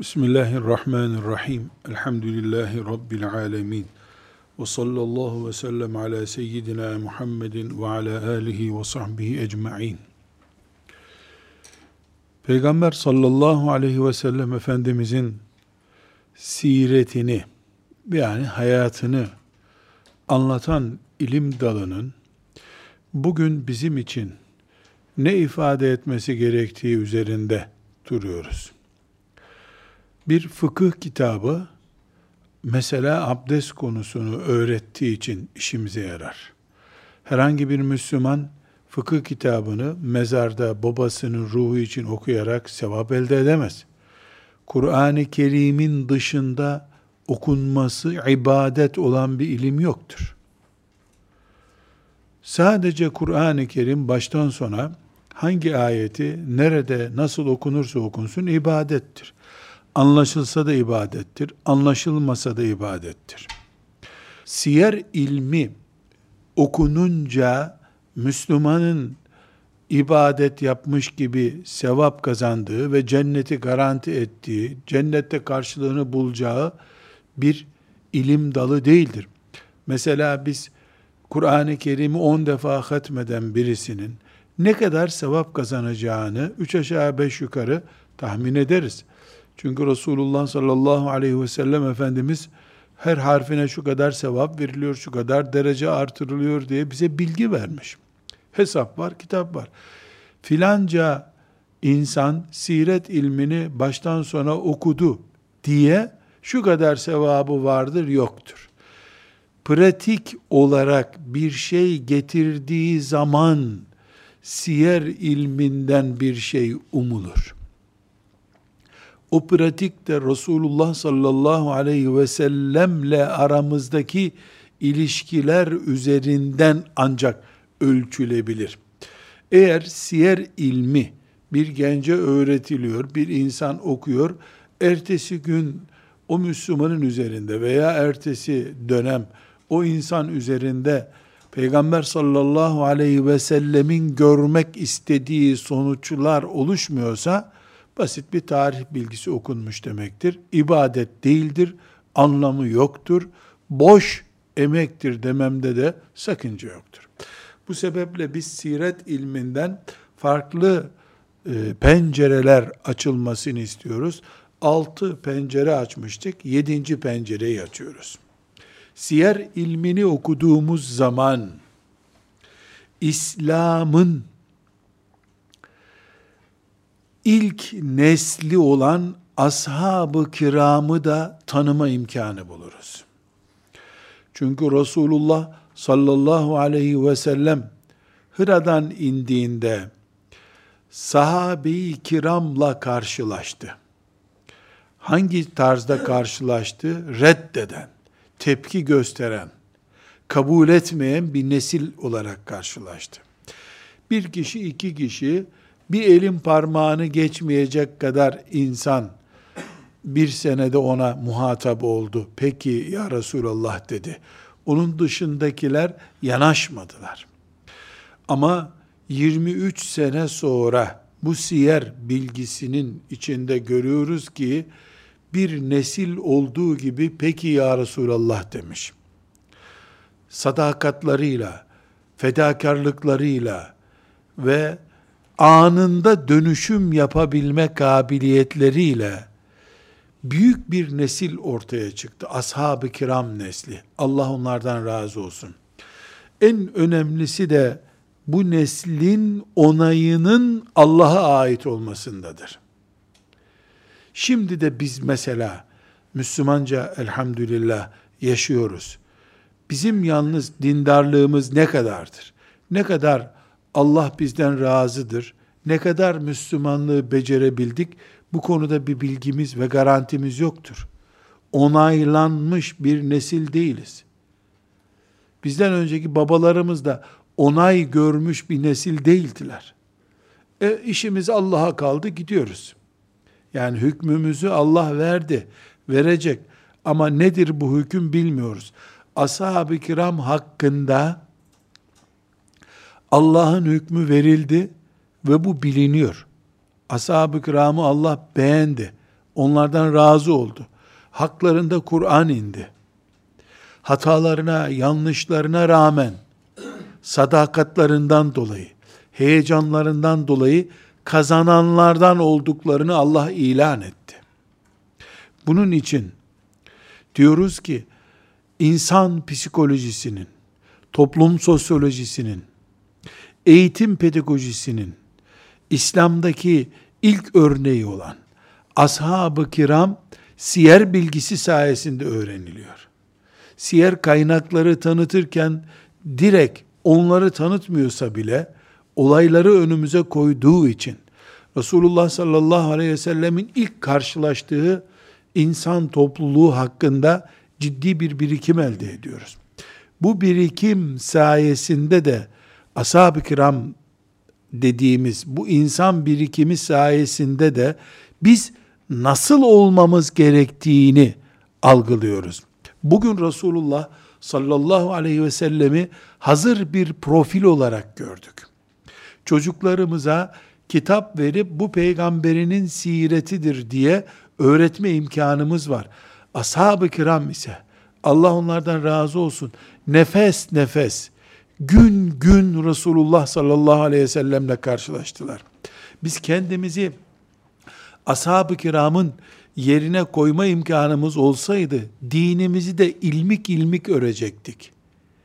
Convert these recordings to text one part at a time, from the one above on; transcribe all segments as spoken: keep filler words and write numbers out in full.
Bismillahirrahmanirrahim. Elhamdülillahi Rabbil alemin. Ve sallallahu ve sellem ala seyyidina Muhammedin ve ala alihi ve sahbihi ecma'in. Peygamber sallallahu aleyhi ve sellem Efendimizin siretini, yani hayatını anlatan ilim dalının bugün bizim için ne ifade etmesi gerektiği üzerinde duruyoruz. Bir fıkıh kitabı mesela abdest konusunu öğrettiği için işimize yarar. Herhangi bir Müslüman fıkıh kitabını mezarda babasının ruhu için okuyarak sevap elde edemez. Kur'an-ı Kerim'in dışında okunması ibadet olan bir ilim yoktur. Sadece Kur'an-ı Kerim baştan sona hangi ayeti nerede nasıl okunursa okunsun ibadettir. Anlaşılsa da ibadettir, anlaşılmasa da ibadettir. Siyer ilmi okununca Müslümanın ibadet yapmış gibi sevap kazandığı ve cenneti garanti ettiği, cennette karşılığını bulacağı bir ilim dalı değildir. Mesela biz Kur'an-ı Kerim'i on defa hatmeden birisinin ne kadar sevap kazanacağını üç aşağı beş yukarı tahmin ederiz. Çünkü Resulullah sallallahu aleyhi ve sellem Efendimiz her harfine şu kadar sevap veriliyor, şu kadar derece artırılıyor diye bize bilgi vermiş. Hesap var, kitap var. Filanca insan siret ilmini baştan sona okudu diye şu kadar sevabı vardır yoktur. Pratik olarak bir şey getirdiği zaman siyer ilminden bir şey umulur. O pratikte Resulullah sallallahu aleyhi ve sellemle aramızdaki ilişkiler üzerinden ancak ölçülebilir. Eğer siyer ilmi bir gence öğretiliyor, bir insan okuyor, ertesi gün o Müslümanın üzerinde veya ertesi dönem o insan üzerinde Peygamber sallallahu aleyhi ve sellemin görmek istediği sonuçlar oluşmuyorsa, basit bir tarih bilgisi okunmuş demektir. İbadet değildir, anlamı yoktur, boş emektir dememde de sakınca yoktur. Bu sebeple biz siret ilminden farklı e, pencereler açılmasını istiyoruz. Altı pencere açmıştık, yedinci pencereyi açıyoruz. Siyer ilmini okuduğumuz zaman, İslam'ın ilk nesli olan ashab-ı kiramı da tanıma imkanı buluruz. Çünkü Resulullah sallallahu aleyhi ve sellem Hıra'dan indiğinde sahabe-i kiramla karşılaştı. Hangi tarzda karşılaştı? Reddeden, tepki gösteren, kabul etmeyen bir nesil olarak karşılaştı. Bir kişi, iki kişi, bir elin parmağını geçmeyecek kadar insan bir senede ona muhatap oldu. Peki ya Resulallah dedi. Onun dışındakiler yanaşmadılar. Ama yirmi üç sene sonra bu siyer bilgisinin içinde görüyoruz ki bir nesil olduğu gibi peki ya Resulallah demiş. Sadakatlarıyla, fedakarlıklarıyla ve anında dönüşüm yapabilme kabiliyetleriyle büyük bir nesil ortaya çıktı. Ashab-ı kiram nesli. Allah onlardan razı olsun. En önemlisi de bu neslin onayının Allah'a ait olmasındadır. Şimdi de biz mesela Müslümanca elhamdülillah yaşıyoruz. Bizim yalnız dindarlığımız ne kadardır? Ne kadar Allah bizden razıdır? Ne kadar Müslümanlığı becerebildik? Bu konuda bir bilgimiz ve garantimiz yoktur. Onaylanmış bir nesil değiliz. Bizden önceki babalarımız da onay görmüş bir nesil değildiler. E, işimiz Allah'a kaldı, gidiyoruz. Yani hükmümüzü Allah verdi, verecek. Ama nedir bu hüküm bilmiyoruz. Ashab-ı kiram hakkında Allah'ın hükmü verildi ve bu biliniyor. Ashab-ı kiramı Allah beğendi. Onlardan razı oldu. Haklarında Kur'an indi. Hatalarına, yanlışlarına rağmen sadakatlerinden dolayı, heyecanlarından dolayı kazananlardan olduklarını Allah ilan etti. Bunun için diyoruz ki insan psikolojisinin, toplum sosyolojisinin, eğitim pedagojisinin İslam'daki ilk örneği olan ashab-ı kiram siyer bilgisi sayesinde öğreniliyor. Siyer kaynakları tanıtırken direkt onları tanıtmıyorsa bile olayları önümüze koyduğu için Resulullah sallallahu aleyhi ve sellemin ilk karşılaştığı insan topluluğu hakkında ciddi bir birikim elde ediyoruz. Bu birikim sayesinde de ashab-ı kiram dediğimiz bu insan birikimi sayesinde de biz nasıl olmamız gerektiğini algılıyoruz. Bugün Resulullah sallallahu aleyhi ve sellemi hazır bir profil olarak gördük. Çocuklarımıza kitap verip bu peygamberinin siretidir diye öğretme imkanımız var. Ashab-ı kiram ise Allah onlardan razı olsun, nefes nefes, gün gün Resulullah sallallahu aleyhi ve sellemle karşılaştılar. Biz kendimizi ashab-ı kiramın yerine koyma imkanımız olsaydı, dinimizi de ilmik ilmik örecektik.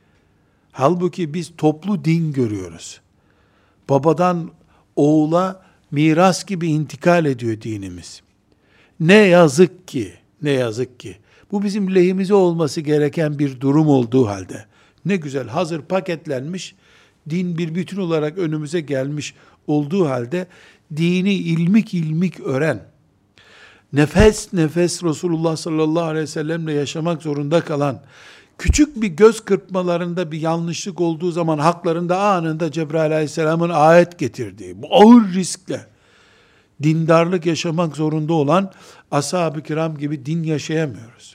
Halbuki biz toplu din görüyoruz. Babadan oğula miras gibi intikal ediyor dinimiz. Ne yazık ki, ne yazık ki, bu bizim lehimize olması gereken bir durum olduğu halde, ne güzel hazır paketlenmiş, din bir bütün olarak önümüze gelmiş olduğu halde, dini ilmik ilmik öğren, nefes nefes Resulullah sallallahu aleyhi ve sellemle yaşamak zorunda kalan, küçük bir göz kırpmalarında bir yanlışlık olduğu zaman haklarında anında Cebrail aleyhisselamın ayet getirdiği, bu ağır riskle dindarlık yaşamak zorunda olan ashab-ı kiram gibi din yaşayamıyoruz.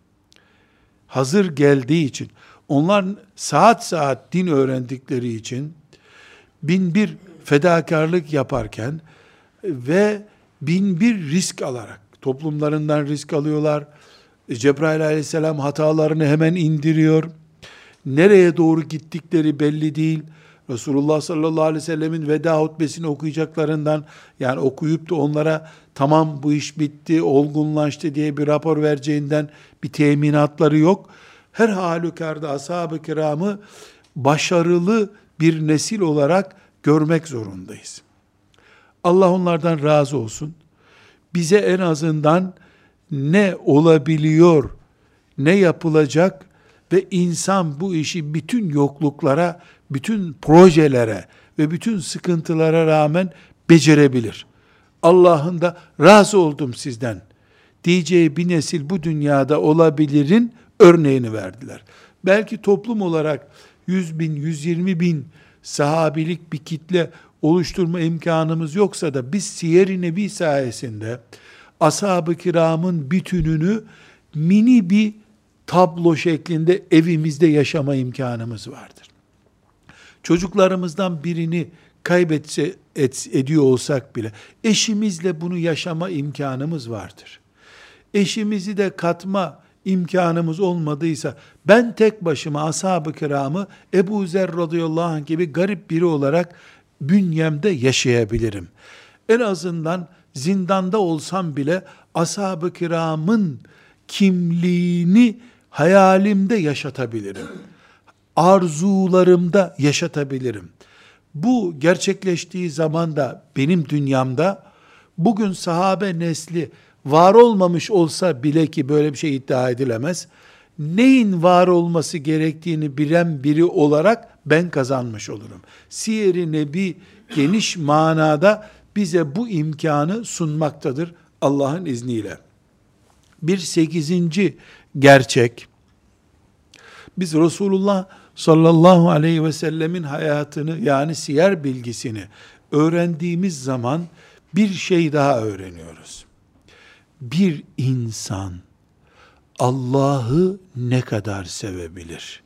Hazır geldiği için, onlar saat saat din öğrendikleri için, bin bir fedakarlık yaparken ve bin bir risk alarak, toplumlarından risk alıyorlar. Cebrail aleyhisselam hatalarını hemen indiriyor. Nereye doğru gittikleri belli değil. Resulullah sallallahu aleyhi ve sellemin veda hutbesini okuyacaklarından, yani okuyup da onlara tamam bu iş bitti, olgunlaştı diye bir rapor vereceğinden bir teminatları yok. Her halükarda ashab-ı kiramı başarılı bir nesil olarak görmek zorundayız. Allah onlardan razı olsun. Bize en azından ne olabiliyor, ne yapılacak ve insan bu işi bütün yokluklara, bütün projelere ve bütün sıkıntılara rağmen becerebilir. Allah'ın da razı oldum sizden diyeceği bir nesil bu dünyada olabilirin örneğini verdiler. Belki toplum olarak yüz bin, yüz yirmi bin sahabilik bir kitle oluşturma imkanımız yoksa da biz Siyer-i Nebi sayesinde ashab-ı kiramın bütününü mini bir tablo şeklinde evimizde yaşama imkanımız vardır. Çocuklarımızdan birini kaybetse et, ediyor olsak bile eşimizle bunu yaşama imkanımız vardır. Eşimizi de katma imkanımız olmadıysa ben tek başıma ashab-ı kiramı Ebu Zer radıyallahu anh gibi garip biri olarak bünyemde yaşayabilirim. En azından zindanda olsam bile ashab-ı kiramın kimliğini hayalimde yaşatabilirim. Arzularımda yaşatabilirim. Bu gerçekleştiği zaman da benim dünyamda bugün sahabe nesli var olmamış olsa bile, ki böyle bir şey iddia edilemez, neyin var olması gerektiğini bilen biri olarak ben kazanmış olurum. Siyer-i Nebi geniş manada bize bu imkanı sunmaktadır Allah'ın izniyle. Bir sekizinci gerçek, biz Resulullah sallallahu aleyhi ve sellemin hayatını, yani siyer bilgisini öğrendiğimiz zaman bir şey daha öğreniyoruz. Bir insan Allah'ı ne kadar sevebilir?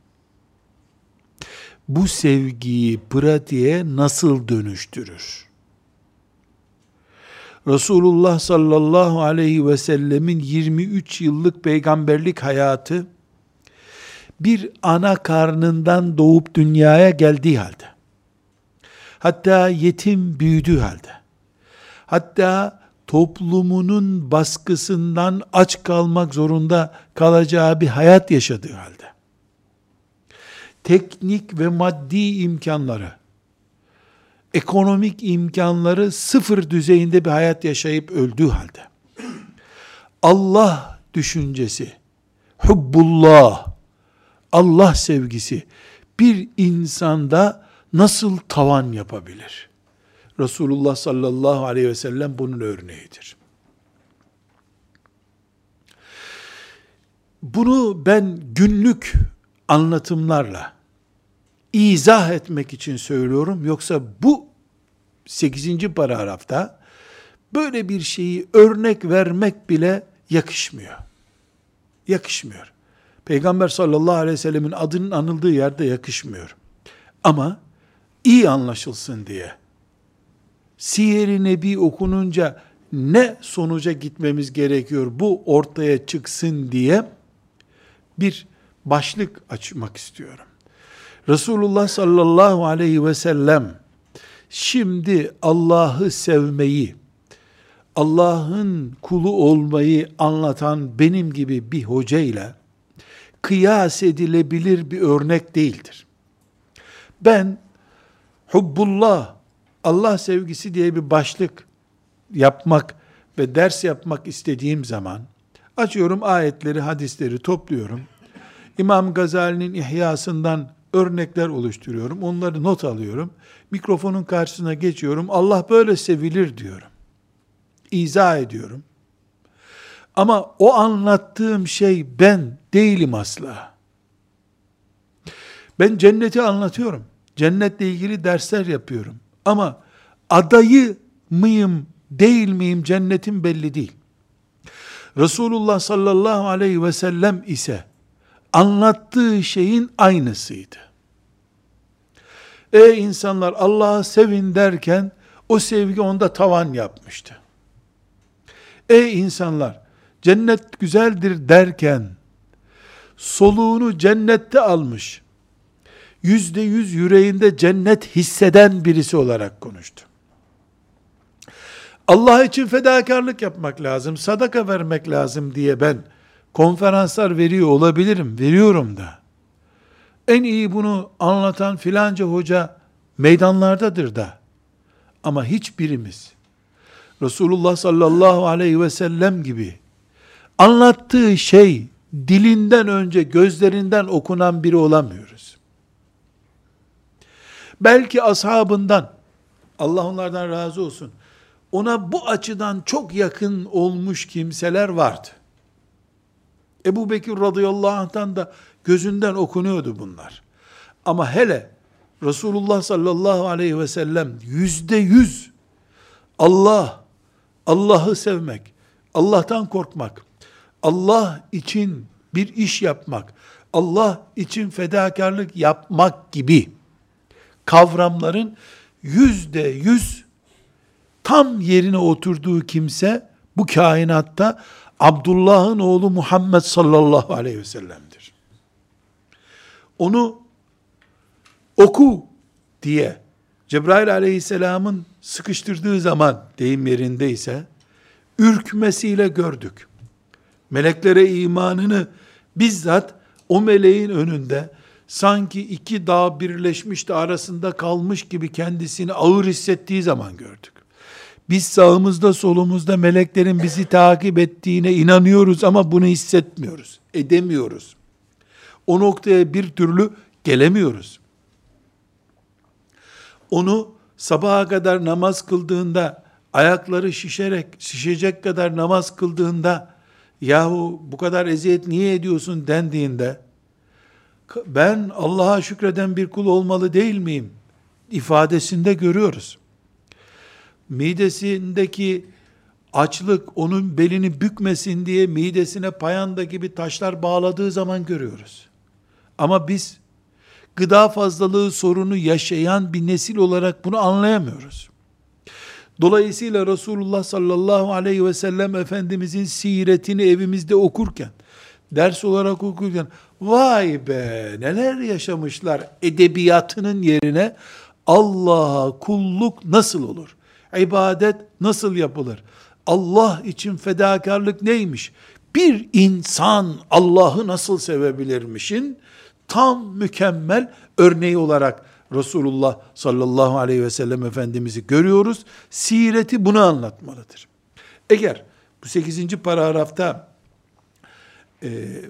Bu sevgiyi pratiğe nasıl dönüştürür? Resulullah sallallahu aleyhi ve sellemin yirmi üç yıllık peygamberlik hayatı, bir ana karnından doğup dünyaya geldiği halde, hatta yetim büyüdüğü halde, hatta toplumunun baskısından aç kalmak zorunda kalacağı bir hayat yaşadığı halde, teknik ve maddi imkanları, ekonomik imkanları sıfır düzeyinde bir hayat yaşayıp öldüğü halde, Allah düşüncesi, hubbullah, Allah sevgisi bir insanda nasıl tavan yapabilir? Resulullah sallallahu aleyhi ve sellem bunun örneğidir. Bunu ben günlük anlatımlarla izah etmek için söylüyorum. Yoksa bu sekizinci paragrafta böyle bir şeyi örnek vermek bile yakışmıyor. Yakışmıyor. Peygamber sallallahu aleyhi ve sellemin adının anıldığı yerde yakışmıyor. Ama iyi anlaşılsın diye, Siyer-i Nebi okununca ne sonuca gitmemiz gerekiyor, bu ortaya çıksın diye bir başlık açmak istiyorum. Resulullah sallallahu aleyhi ve sellem şimdi Allah'ı sevmeyi, Allah'ın kulu olmayı anlatan benim gibi bir hocayla kıyas edilebilir bir örnek değildir. Ben hubbullah, Allah sevgisi diye bir başlık yapmak ve ders yapmak istediğim zaman açıyorum ayetleri, hadisleri topluyorum. İmam Gazali'nin İhyasından örnekler oluşturuyorum. Onları not alıyorum. Mikrofonun karşısına geçiyorum. Allah böyle sevilir diyorum. İzah ediyorum. Ama o anlattığım şey ben değilim asla. Ben cenneti anlatıyorum. Cennetle ilgili dersler yapıyorum. Ama adayı mıyım, değil miyim cennetin belli değil. Resulullah sallallahu aleyhi ve sellem ise anlattığı şeyin aynısıydı. Ey insanlar, Allah'ı sevin derken o sevgi onda tavan yapmıştı. Ey insanlar, cennet güzeldir derken soluğunu cennette almış, yüzde yüz yüreğinde cennet hisseden birisi olarak konuştu. Allah için fedakarlık yapmak lazım, sadaka vermek lazım diye ben konferanslar veriyor olabilirim, veriyorum da. En iyi bunu anlatan filanca hoca meydanlardadır da. Ama hiçbirimiz Resulullah sallallahu aleyhi ve sellem gibi anlattığı şey dilinden önce gözlerinden okunan biri olamıyoruz. Belki ashabından, Allah onlardan razı olsun, ona bu açıdan çok yakın olmuş kimseler vardı. Ebu Bekir radıyallahu anh'tan da gözünden okunuyordu bunlar. Ama hele Resulullah sallallahu aleyhi ve sellem yüzde yüz Allah, Allah'ı sevmek, Allah'tan korkmak, Allah için bir iş yapmak, Allah için fedakarlık yapmak gibi kavramların yüzde yüz tam yerine oturduğu kimse bu kainatta Abdullah'ın oğlu Muhammed sallallahu aleyhi ve sellem'dir. Onu oku diye Cebrail aleyhisselamın sıkıştırdığı zaman, deyim yerindeyse, ürkmesiyle gördük. Meleklere imanını bizzat o meleğin önünde sanki iki dağ birleşmiş de arasında kalmış gibi kendisini ağır hissettiği zaman gördük. Biz sağımızda solumuzda meleklerin bizi takip ettiğine inanıyoruz ama bunu hissetmiyoruz, edemiyoruz. O noktaya bir türlü gelemiyoruz. Onu sabaha kadar namaz kıldığında, ayakları şişerek, şişecek kadar namaz kıldığında, yahu bu kadar eziyet niye ediyorsun dendiğinde, ben Allah'a şükreden bir kul olmalı değil miyim ifadesinde görüyoruz. Midesindeki açlık onun belini bükmesin diye midesine payanda gibi taşlar bağladığı zaman görüyoruz. Ama biz gıda fazlalığı sorunu yaşayan bir nesil olarak bunu anlayamıyoruz. Dolayısıyla Resulullah sallallahu aleyhi ve sellem Efendimizin siretini evimizde okurken, ders olarak okurken, vay be neler yaşamışlar edebiyatının yerine Allah'a kulluk nasıl olur? İbadet nasıl yapılır? Allah için fedakarlık neymiş? Bir insan Allah'ı nasıl sevebilirmişin tam mükemmel örneği olarak Resulullah sallallahu aleyhi ve sellem Efendimiz'i görüyoruz. Sireti bunu anlatmalıdır. Eğer bu sekizinci paragrafta e,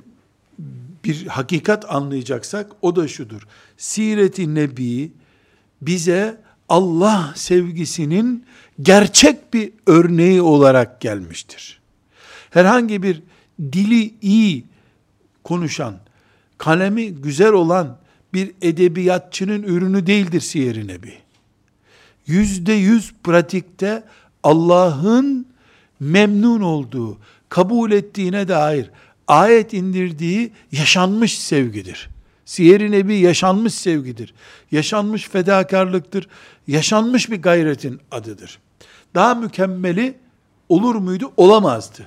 bir hakikat anlayacaksak o da şudur. Siret-i Nebi bize Allah sevgisinin gerçek bir örneği olarak gelmiştir. Herhangi bir dili iyi konuşan, kalemi güzel olan bir edebiyatçının ürünü değildir Siyer-i Nebi. Yüzde yüz pratikte Allah'ın memnun olduğu, kabul ettiğine dair ayet indirdiği yaşanmış sevgidir. Siyer-i Nebi yaşanmış sevgidir. Yaşanmış fedakarlıktır. Yaşanmış bir gayretin adıdır. Daha mükemmeli olur muydu? Olamazdı.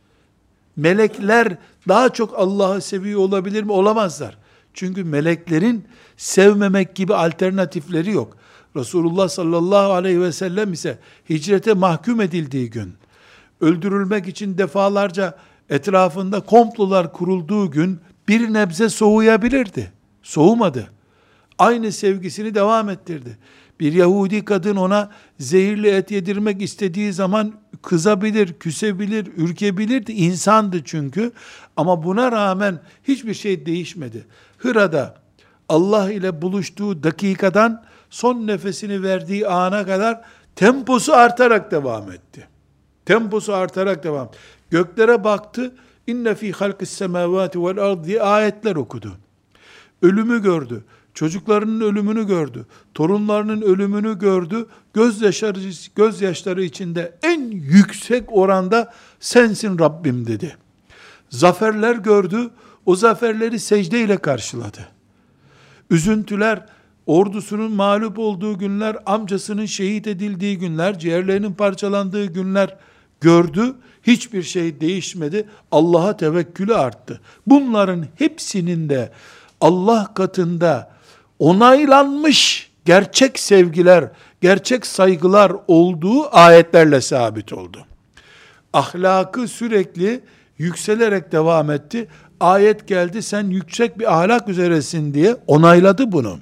Melekler daha çok Allah'ı seviyor olabilir mi? Olamazlar. Çünkü meleklerin sevmemek gibi alternatifleri yok. Resulullah sallallahu aleyhi ve sellem ise hicrete mahkum edildiği gün, öldürülmek için defalarca etrafında komplolar kurulduğu gün bir nebze soğuyabilirdi. Soğumadı. Aynı sevgisini devam ettirdi. Bir Yahudi kadın ona zehirli et yedirmek istediği zaman kızabilir, küsebilir, ürkebilirdi. İnsandı çünkü. Ama buna rağmen hiçbir şey değişmedi. Hıra'da Allah ile buluştuğu dakikadan son nefesini verdiği ana kadar temposu artarak devam etti. Temposu artarak devam. Göklere baktı. İnne fî halkis semâvâti vel ard diye ayetler okudu. Ölümü gördü. Çocuklarının ölümünü gördü. Torunlarının ölümünü gördü. Gözyaşları, gözyaşları içinde en yüksek oranda sensin Rabbim dedi. Zaferler gördü. O zaferleri secdeyle karşıladı. Üzüntüler, ordusunun mağlup olduğu günler, amcasının şehit edildiği günler, ciğerlerinin parçalandığı günler gördü. Hiçbir şey değişmedi. Allah'a tevekkülü arttı. Bunların hepsinin de Allah katında onaylanmış gerçek sevgiler, gerçek saygılar olduğu ayetlerle sabit oldu. Ahlakı sürekli yükselerek devam etti. Ayet geldi, sen yüksek bir ahlak üzeresin diye onayladı bunu.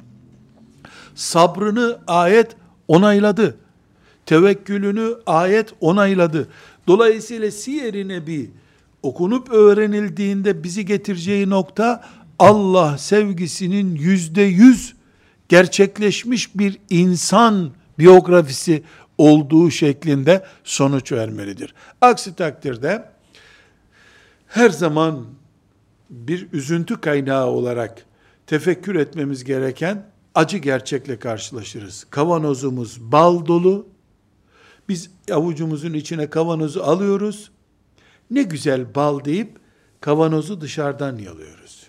Sabrını ayet onayladı. Tevekkülünü ayet onayladı. Dolayısıyla Siyer-i Nebi okunup öğrenildiğinde bizi getireceği nokta Allah sevgisinin yüzde yüz gerçekleşmiş bir insan biyografisi olduğu şeklinde sonuç vermelidir. Aksi takdirde her zaman bir üzüntü kaynağı olarak tefekkür etmemiz gereken acı gerçekle karşılaşırız. Kavanozumuz bal dolu. Biz avucumuzun içine kavanozu alıyoruz. Ne güzel bal deyip kavanozu dışarıdan yalıyoruz.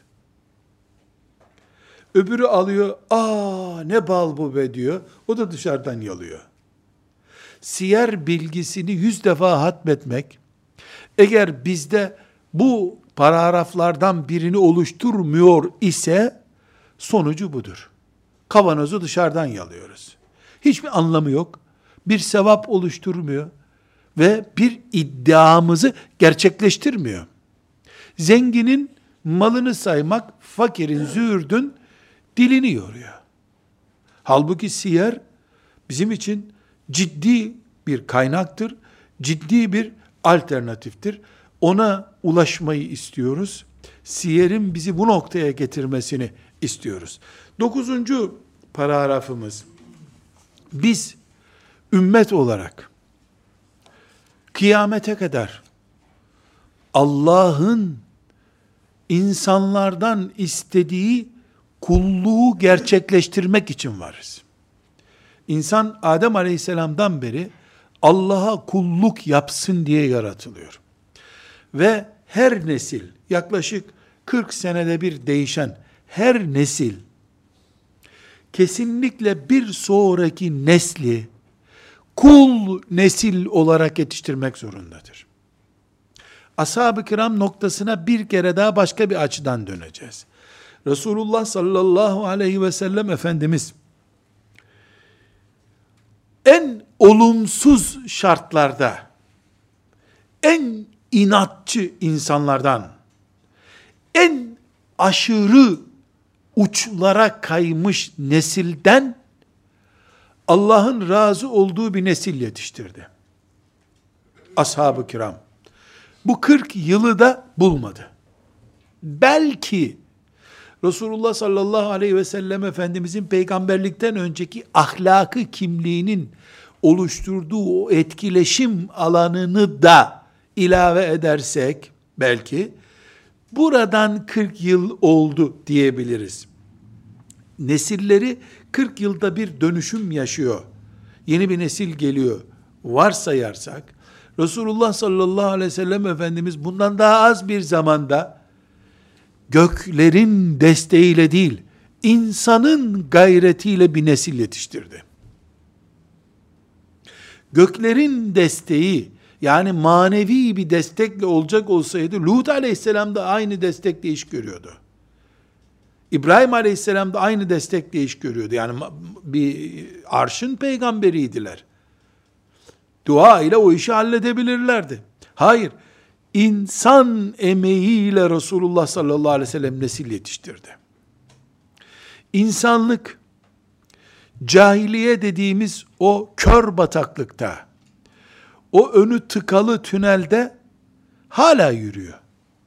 Öbürü alıyor, aa ne bal bu be diyor. O da dışarıdan yalıyor. Siyer bilgisini yüz defa hatmetmek, eğer bizde bu paragraflardan birini oluşturmuyor ise, sonucu budur. Kavanozu dışarıdan yalıyoruz. Hiçbir anlamı yok. Bir sevap oluşturmuyor ve bir iddiamızı gerçekleştirmiyor. Zenginin malını saymak, fakirin, züğürdün dilini yoruyor. Halbuki siyer bizim için ciddi bir kaynaktır, ciddi bir alternatiftir. Ona ulaşmayı istiyoruz. Siyerin bizi bu noktaya getirmesini istiyoruz. Dokuzuncu paragrafımız, biz ümmet olarak kıyamete kadar Allah'ın insanlardan istediği kulluğu gerçekleştirmek için varız. İnsan Adem Aleyhisselam'dan beri Allah'a kulluk yapsın diye yaratılıyor. Ve her nesil, yaklaşık kırk senede bir değişen her nesil, kesinlikle bir sonraki nesli kul nesil olarak yetiştirmek zorundadır. Ashab-ı kiram noktasına bir kere daha başka bir açıdan döneceğiz. Resulullah sallallahu aleyhi ve sellem Efendimiz en olumsuz şartlarda en inatçı insanlardan, en aşırı uçlara kaymış nesilden Allah'ın razı olduğu bir nesil yetiştirdi. Ashab-ı kiram. Bu kırk yılı da bulmadı. Belki Resulullah sallallahu aleyhi ve sellem Efendimizin peygamberlikten önceki ahlakı kimliğinin oluşturduğu o etkileşim alanını da ilave edersek, belki buradan kırk yıl oldu diyebiliriz. Nesilleri kırk yılda bir dönüşüm yaşıyor. Yeni bir nesil geliyor. Varsayarsak, Resulullah sallallahu aleyhi ve sellem Efendimiz bundan daha az bir zamanda göklerin desteğiyle değil, insanın gayretiyle bir nesil yetiştirdi. Göklerin desteği, yani manevi bir destekle olacak olsaydı, Lut aleyhisselam da aynı destekle iş görüyordu. İbrahim aleyhisselam da aynı destekle iş görüyordu. Yani bir arşın peygamberiydiler. Dua ile o işi halledebilirlerdi. Hayır, insan emeğiyle Resulullah sallallahu aleyhi ve sellem nesil yetiştirdi. İnsanlık, cahiliye dediğimiz o kör bataklıkta, o önü tıkalı tünelde hala yürüyor.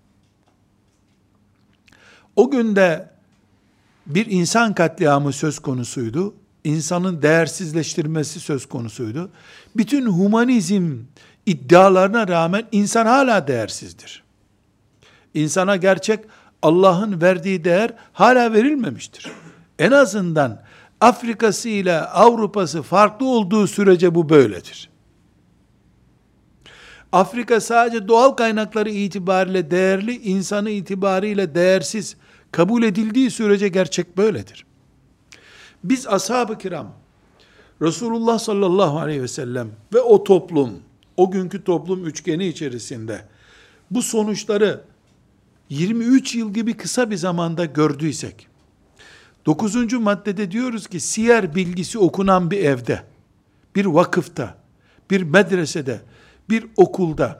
O günde bir insan katliamı söz konusuydu. İnsanın değersizleştirmesi söz konusuydu. Bütün humanizm iddialarına rağmen insan hala değersizdir. İnsana gerçek Allah'ın verdiği değer hala verilmemiştir. En azından Afrika'sı ile Avrupa'sı farklı olduğu sürece bu böyledir. Afrika sadece doğal kaynakları itibariyle değerli, insanı itibariyle değersiz kabul edildiği sürece gerçek böyledir. Biz ashab-ı kiram, Resulullah sallallahu aleyhi ve sellem ve o toplum, o günkü toplum üçgeni içerisinde bu sonuçları yirmi üç yıl gibi kısa bir zamanda gördüysek, dokuzuncu maddede diyoruz ki, siyer bilgisi okunan bir evde, bir vakıfta, bir medresede, bir okulda,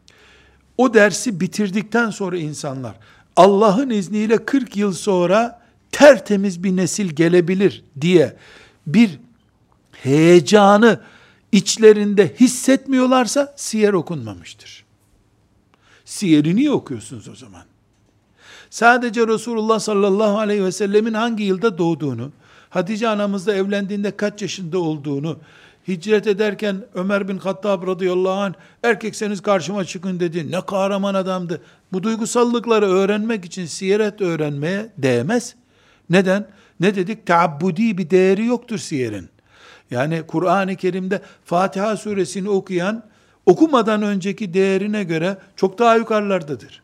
o dersi bitirdikten sonra insanlar, Allah'ın izniyle kırk yıl sonra tertemiz bir nesil gelebilir diye bir heyecanı içlerinde hissetmiyorlarsa siyer okunmamıştır. Siyeri niye okuyorsunuz o zaman? Sadece Resulullah sallallahu aleyhi ve sellemin hangi yılda doğduğunu, Hatice anamızla evlendiğinde kaç yaşında olduğunu, hicret ederken Ömer bin Hattab radıyallahu anh, erkekseniz karşıma çıkın dedi, ne kahraman adamdı. Bu duygusallıkları öğrenmek için siyer öğrenmeye değmez. Neden? Ne dedik? Taabbudi bir değeri yoktur siyerin. Yani Kur'an-ı Kerim'de Fatiha suresini okuyan, okumadan önceki değerine göre çok daha yukarılardadır.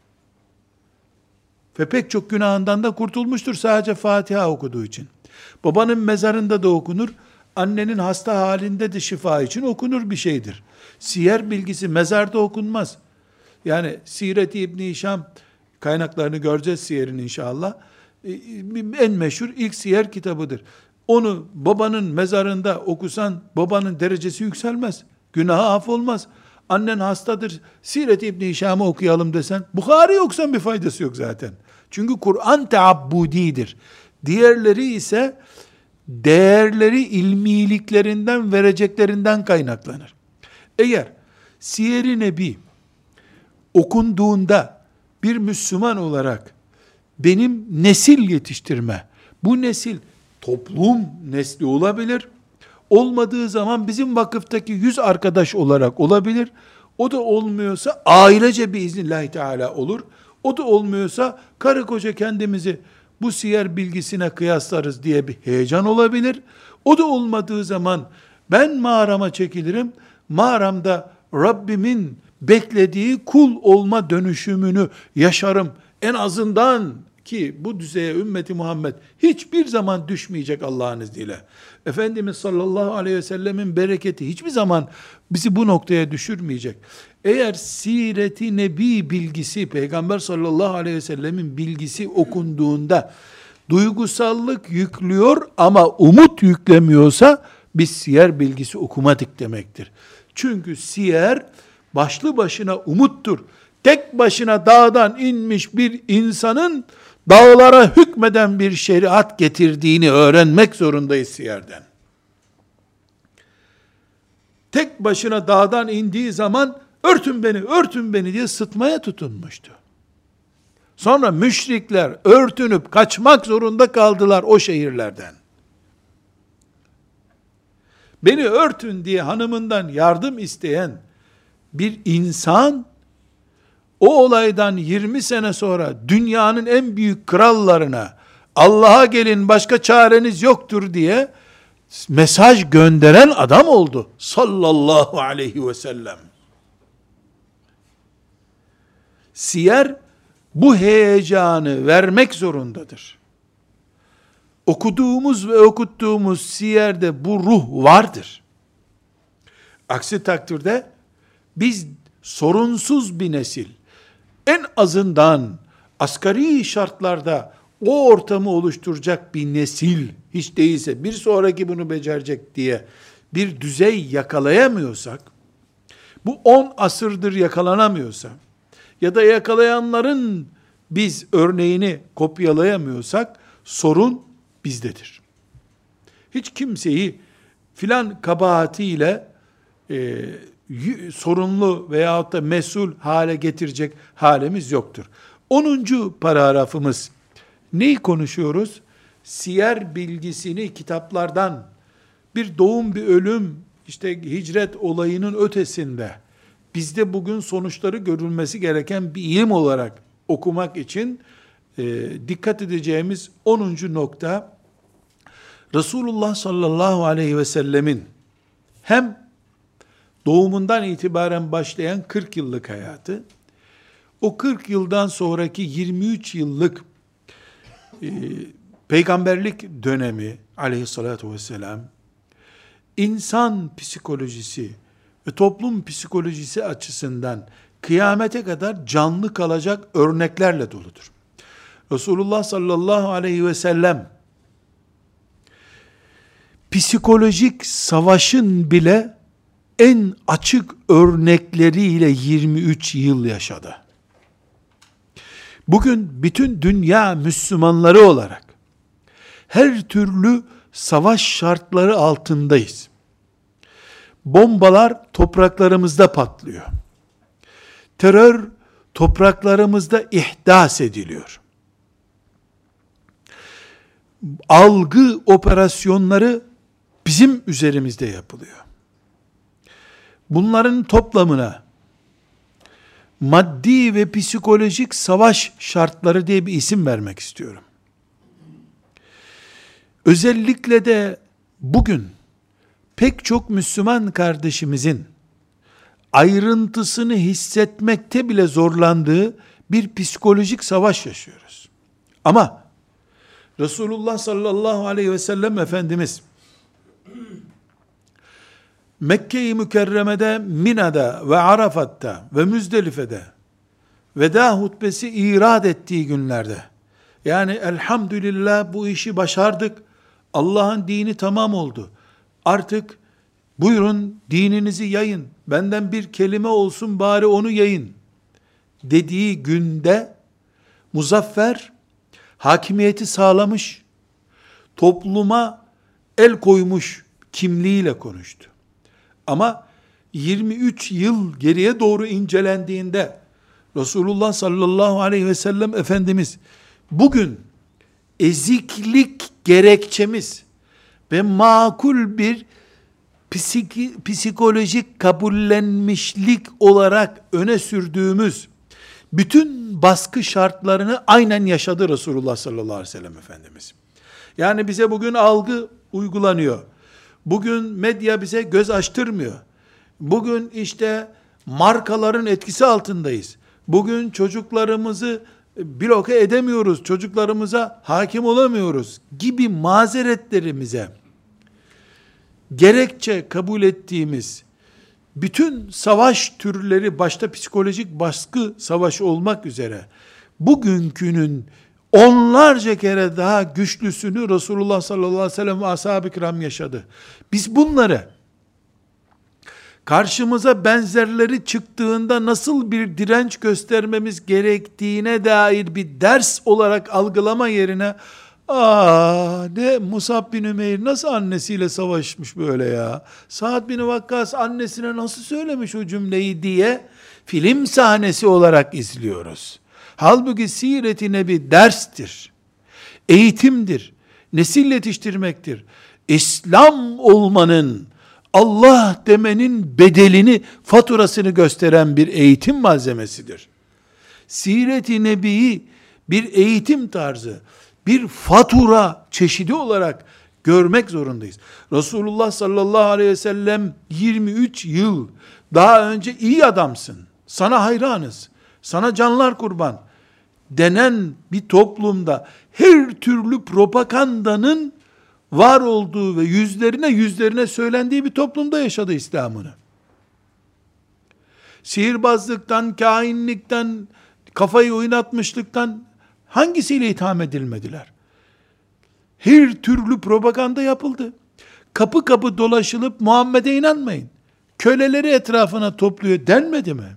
Ve pek çok günahından da kurtulmuştur sadece Fatiha okuduğu için. Babanın mezarında da okunur, annenin hasta halinde de şifa için okunur bir şeydir. Siyer bilgisi mezarda okunmaz. Yani Siret-i İbn-i Hişam kaynaklarını göreceğiz siyerin inşallah. En meşhur ilk siyer kitabıdır. Onu babanın mezarında okusan babanın derecesi yükselmez. Günahı affolmaz. Annen hastadır, Siret-i İbn-i Hişam'ı okuyalım desen, Bukhari okusan bir faydası yok zaten. Çünkü Kur'an teabbudidir. Diğerleri ise değerleri ilmiliklerinden, vereceklerinden kaynaklanır. Eğer Siyer-i Nebi okunduğunda bir Müslüman olarak benim nesil yetiştirme, bu nesil toplum nesli olabilir, olmadığı zaman bizim vakıftaki yüz arkadaş olarak olabilir, o da olmuyorsa ailece biiznillahü teala olur, o da olmuyorsa karı koca kendimizi bu siyer bilgisine kıyaslarız diye bir heyecan olabilir, o da olmadığı zaman ben mağarama çekilirim, mağaramda Rabbimin beklediği kul olma dönüşümünü yaşarım, en azından ki bu düzeye ümmeti Muhammed hiçbir zaman düşmeyecek Allah'ın izniyle. Efendimiz sallallahu aleyhi ve sellemin bereketi hiçbir zaman bizi bu noktaya düşürmeyecek. Eğer siret-i nebi bilgisi, Peygamber sallallahu aleyhi ve sellemin bilgisi okunduğunda duygusallık yüklüyor ama umut yüklemiyorsa biz siyer bilgisi okumadık demektir. Çünkü siyer başlı başına umuttur. Tek başına dağdan inmiş bir insanın dağlara hükmeden bir şeriat getirdiğini öğrenmek zorundayız siyerden. Tek başına dağdan indiği zaman örtün beni, örtün beni diye sıtmaya tutunmuştu. Sonra müşrikler örtünüp kaçmak zorunda kaldılar o şehirlerden. Beni örtün diye hanımından yardım isteyen bir insan, o olaydan yirmi sene sonra dünyanın en büyük krallarına Allah'a gelin başka çareniz yoktur diye mesaj gönderen adam oldu sallallahu aleyhi ve sellem. Siyer bu heyecanı vermek zorundadır. Okuduğumuz ve okuttuğumuz siyerde bu ruh vardır. Aksi takdirde biz sorunsuz bir nesil, en azından asgari şartlarda o ortamı oluşturacak bir nesil, hiç değilse bir sonraki bunu becerecek diye bir düzey yakalayamıyorsak, bu on asırdır yakalanamıyorsa, ya da yakalayanların biz örneğini kopyalayamıyorsak, sorun bizdedir. Hiç kimseyi filan kabahatiyle e, sorunlu veyahut da mesul hale getirecek halimiz yoktur. onuncu paragrafımız. Neyi konuşuyoruz? Siyer bilgisini kitaplardan, bir doğum bir ölüm, işte hicret olayının ötesinde, bizde bugün sonuçları görülmesi gereken bir ilim olarak okumak için e, dikkat edeceğimiz onuncu nokta, Resulullah sallallahu aleyhi ve sellemin hem doğumundan itibaren başlayan kırk yıllık hayatı, o kırk yıldan sonraki yirmi üç yıllık e, peygamberlik dönemi aleyhissalatu vesselam, insan psikolojisi ve toplum psikolojisi açısından kıyamete kadar canlı kalacak örneklerle doludur. Resulullah sallallahu aleyhi ve sellem psikolojik savaşın bile en açık örnekleriyle yirmi üç yıl yaşadı. Bugün bütün dünya Müslümanları olarak her türlü savaş şartları altındayız. Bombalar topraklarımızda patlıyor. Terör topraklarımızda ihdas ediliyor. Algı operasyonları bizim üzerimizde yapılıyor. Bunların toplamına maddi ve psikolojik savaş şartları diye bir isim vermek istiyorum. Özellikle de bugün pek çok Müslüman kardeşimizin ayrıntısını hissetmekte bile zorlandığı bir psikolojik savaş yaşıyoruz. Ama Resulullah sallallahu aleyhi ve sellem Efendimiz Mekke-i Mükerreme'de, Mina'da ve Arafat'ta ve Müzdelife'de veda hutbesi irad ettiği günlerde, yani elhamdülillah bu işi başardık, Allah'ın dini tamam oldu, artık buyurun dininizi yayın, benden bir kelime olsun bari onu yayın dediği günde muzaffer, hakimiyeti sağlamış, topluma el koymuş kimliğiyle konuştu. Ama yirmi üç yıl geriye doğru incelendiğinde Resulullah sallallahu aleyhi ve sellem Efendimiz bugün eziklik gerekçemiz ve makul bir psiki, psikolojik kabullenmişlik olarak öne sürdüğümüz bütün baskı şartlarını aynen yaşadı Resulullah sallallahu aleyhi ve sellem Efendimiz. Yani bize bugün algı uygulanıyor. Bugün medya bize göz açtırmıyor. Bugün işte markaların etkisi altındayız. Bugün çocuklarımızı bloke edemiyoruz, çocuklarımıza hakim olamıyoruz gibi mazeretlerimize gerekçe kabul ettiğimiz bütün savaş türleri, başta psikolojik baskı savaşı olmak üzere, bugünkünün onlarca kere daha güçlüsünü Resulullah sallallahu aleyhi ve sellem ve ashab-ı kiram yaşadı. Biz bunları karşımıza benzerleri çıktığında nasıl bir direnç göstermemiz gerektiğine dair bir ders olarak algılama yerine, aa ne Musab bin Ümeyr nasıl annesiyle savaşmış böyle ya, Sa'd bin Vakkas annesine nasıl söylemiş o cümleyi diye film sahnesi olarak izliyoruz. Halbuki siret-i nebi derstir, eğitimdir, nesil yetiştirmektir. İslam olmanın, Allah demenin bedelini, faturasını gösteren bir eğitim malzemesidir. Siret-i Nebi'yi bir eğitim tarzı, bir fatura çeşidi olarak görmek zorundayız. Resulullah sallallahu aleyhi ve sellem yirmi üç yıl daha önce iyi adamsın, sana hayranız, sana canlar kurban denen bir toplumda her türlü propagandanın var olduğu ve yüzlerine yüzlerine söylendiği bir toplumda yaşadı İslam'ını. Sihirbazlıktan, kahinlikten, kafayı oynatmışlıktan hangisiyle itham edilmediler? Her türlü propaganda yapıldı. Kapı kapı dolaşılıp Muhammed'e inanmayın, köleleri etrafına topluyor denmedi mi?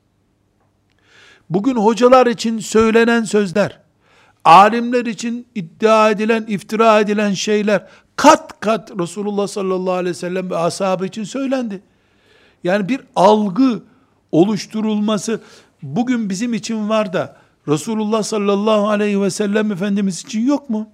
Bugün hocalar için söylenen sözler, alimler için iddia edilen, iftira edilen şeyler kat kat Resulullah sallallahu aleyhi ve sellem ve ashabı için söylendi. Yani bir algı oluşturulması bugün bizim için var da Resulullah sallallahu aleyhi ve sellem Efendimiz için yok mu?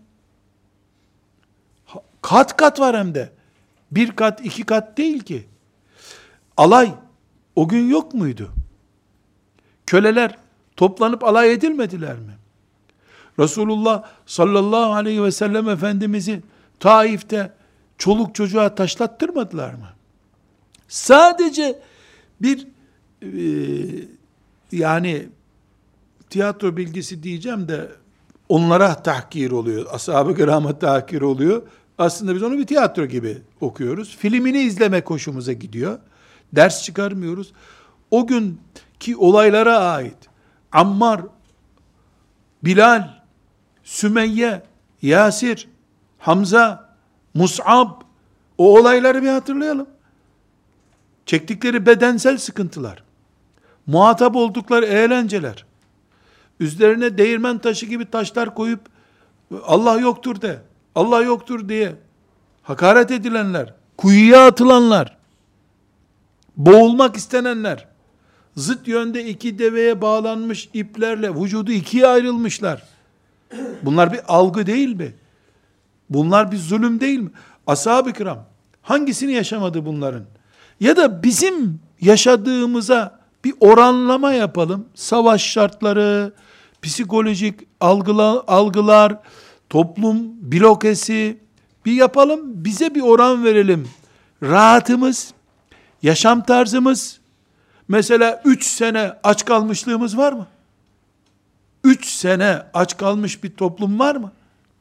Kat kat var hem de. Bir kat, iki kat değil ki. Alay o gün yok muydu? Köleler toplanıp alay edilmediler mi? Resulullah sallallahu aleyhi ve sellem Efendimiz'i Taif'te çoluk çocuğa taşlattırmadılar mı? Sadece bir e, yani tiyatro bilgisi diyeceğim de onlara tahkir oluyor. Ashab-ı kirama tahkir oluyor. Aslında biz onu bir tiyatro gibi okuyoruz. Filmini izlemek hoşumuza gidiyor. Ders çıkarmıyoruz. O günkü olaylara ait Ammar, Bilal, Sümeyye, Yasir, Hamza, Mus'ab, o olayları bir hatırlayalım. Çektikleri bedensel sıkıntılar, muhatap oldukları eğlenceler, üzerine değirmen taşı gibi taşlar koyup Allah yoktur de, Allah yoktur diye hakaret edilenler, kuyuya atılanlar, boğulmak istenenler, zıt yönde iki deveye bağlanmış iplerle vücudu ikiye ayrılmışlar. Bunlar bir algı değil mi? Bunlar bir zulüm değil mi? Ashab-ı kiram hangisini yaşamadı bunların? Ya da bizim yaşadığımıza bir oranlama yapalım. Savaş şartları, psikolojik algılar, algılar, toplum blokesi bir yapalım. Bize bir oran verelim. Rahatımız, yaşam tarzımız, mesela üç sene aç kalmışlığımız var mı? Üç sene aç kalmış bir toplum var mı?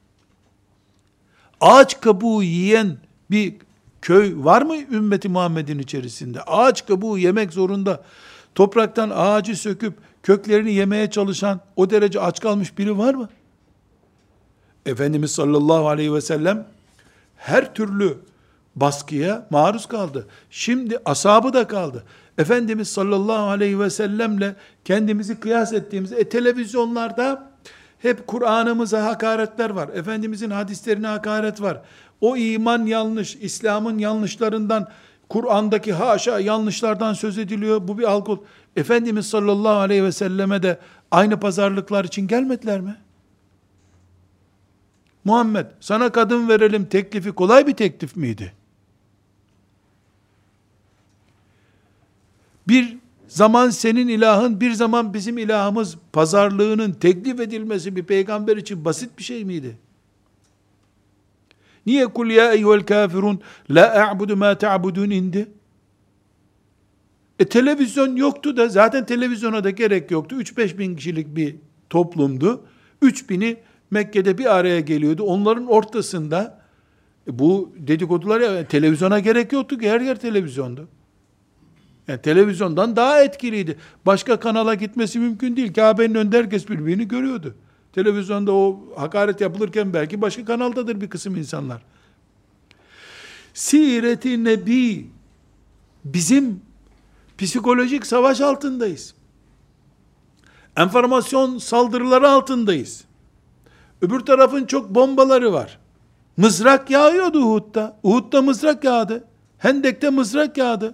Ağaç kabuğu yiyen bir köy var mı ümmeti Muhammed'in içerisinde? Ağaç kabuğu yemek zorunda, topraktan ağacı söküp köklerini yemeye çalışan, o derece aç kalmış biri var mı? Efendimiz sallallahu aleyhi ve sellem her türlü baskıya maruz kaldı. Şimdi ashabı da kaldı. Efendimiz sallallahu aleyhi ve sellemle kendimizi kıyas ettiğimizde e, televizyonlarda hep Kur'an'ımıza hakaretler var. Efendimizin hadislerine hakaret var. O iman yanlış, İslam'ın yanlışlarından, Kur'an'daki haşa yanlışlardan söz ediliyor. Bu bir algı. Efendimiz sallallahu aleyhi ve selleme de aynı pazarlıklar için gelmediler mi? Muhammed, sana kadın verelim teklifi kolay bir teklif miydi? Bir zaman senin ilahın, bir zaman bizim ilahımız pazarlığının teklif edilmesi bir peygamber için basit bir şey miydi? Niye kul ya eyyuhel kafirun la a'budu ma ta'budun indi? E televizyon yoktu da zaten televizyona da gerek yoktu. üç beş bin kişilik bir toplumdu. üç bini Mekke'de bir araya geliyordu. Onların ortasında e, bu dedikodular ya, televizyona gerek yoktu ki, her yer televizyondu. Yani televizyondan daha etkiliydi. Başka kanala gitmesi mümkün değil. Kabe'nin önünde herkes birbirini görüyordu. Televizyonda o hakaret yapılırken belki başka kanaldadır bir kısım insanlar. Siret-i Nebi, bizim psikolojik savaş altındayız. Enformasyon saldırıları altındayız. Öbür tarafın çok bombaları var. Mızrak yağıyordu Uhud'da. Uhud'da mızrak yağdı. Hendek'te mızrak yağdı.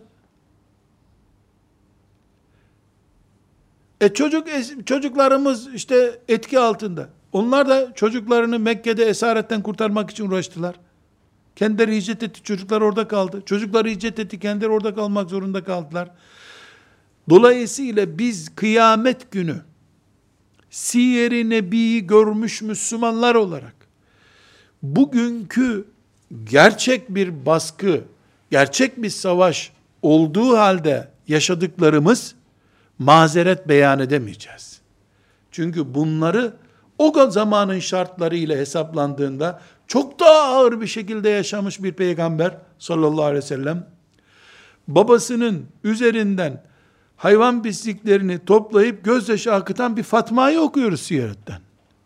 E çocuk çocuklarımız işte etki altında. Onlar da çocuklarını Mekke'de esaretten kurtarmak için uğraştılar. Kendileri hicret etti, çocuklar orada kaldı. Çocukları hicret etti, kendileri orada kalmak zorunda kaldılar. Dolayısıyla biz kıyamet günü Siyer-i Nebi'yi görmüş Müslümanlar olarak bugünkü gerçek bir baskı, gerçek bir savaş olduğu halde yaşadıklarımız mazeret beyan edemeyeceğiz. Çünkü bunları o zamanın şartlarıyla hesaplandığında çok daha ağır bir şekilde yaşamış bir peygamber sallallahu aleyhi ve sellem, babasının üzerinden hayvan pisliklerini toplayıp gözyaşı akıtan bir Fatma'yı okuyoruz siyeretten.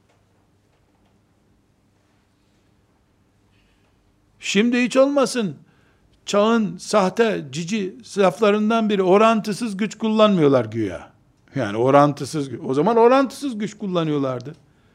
Şimdi hiç olmasın çağın sahte cici laflarından biri, orantısız güç kullanmıyorlar güya. Yani orantısız, o zaman orantısız güç kullanıyorlardı.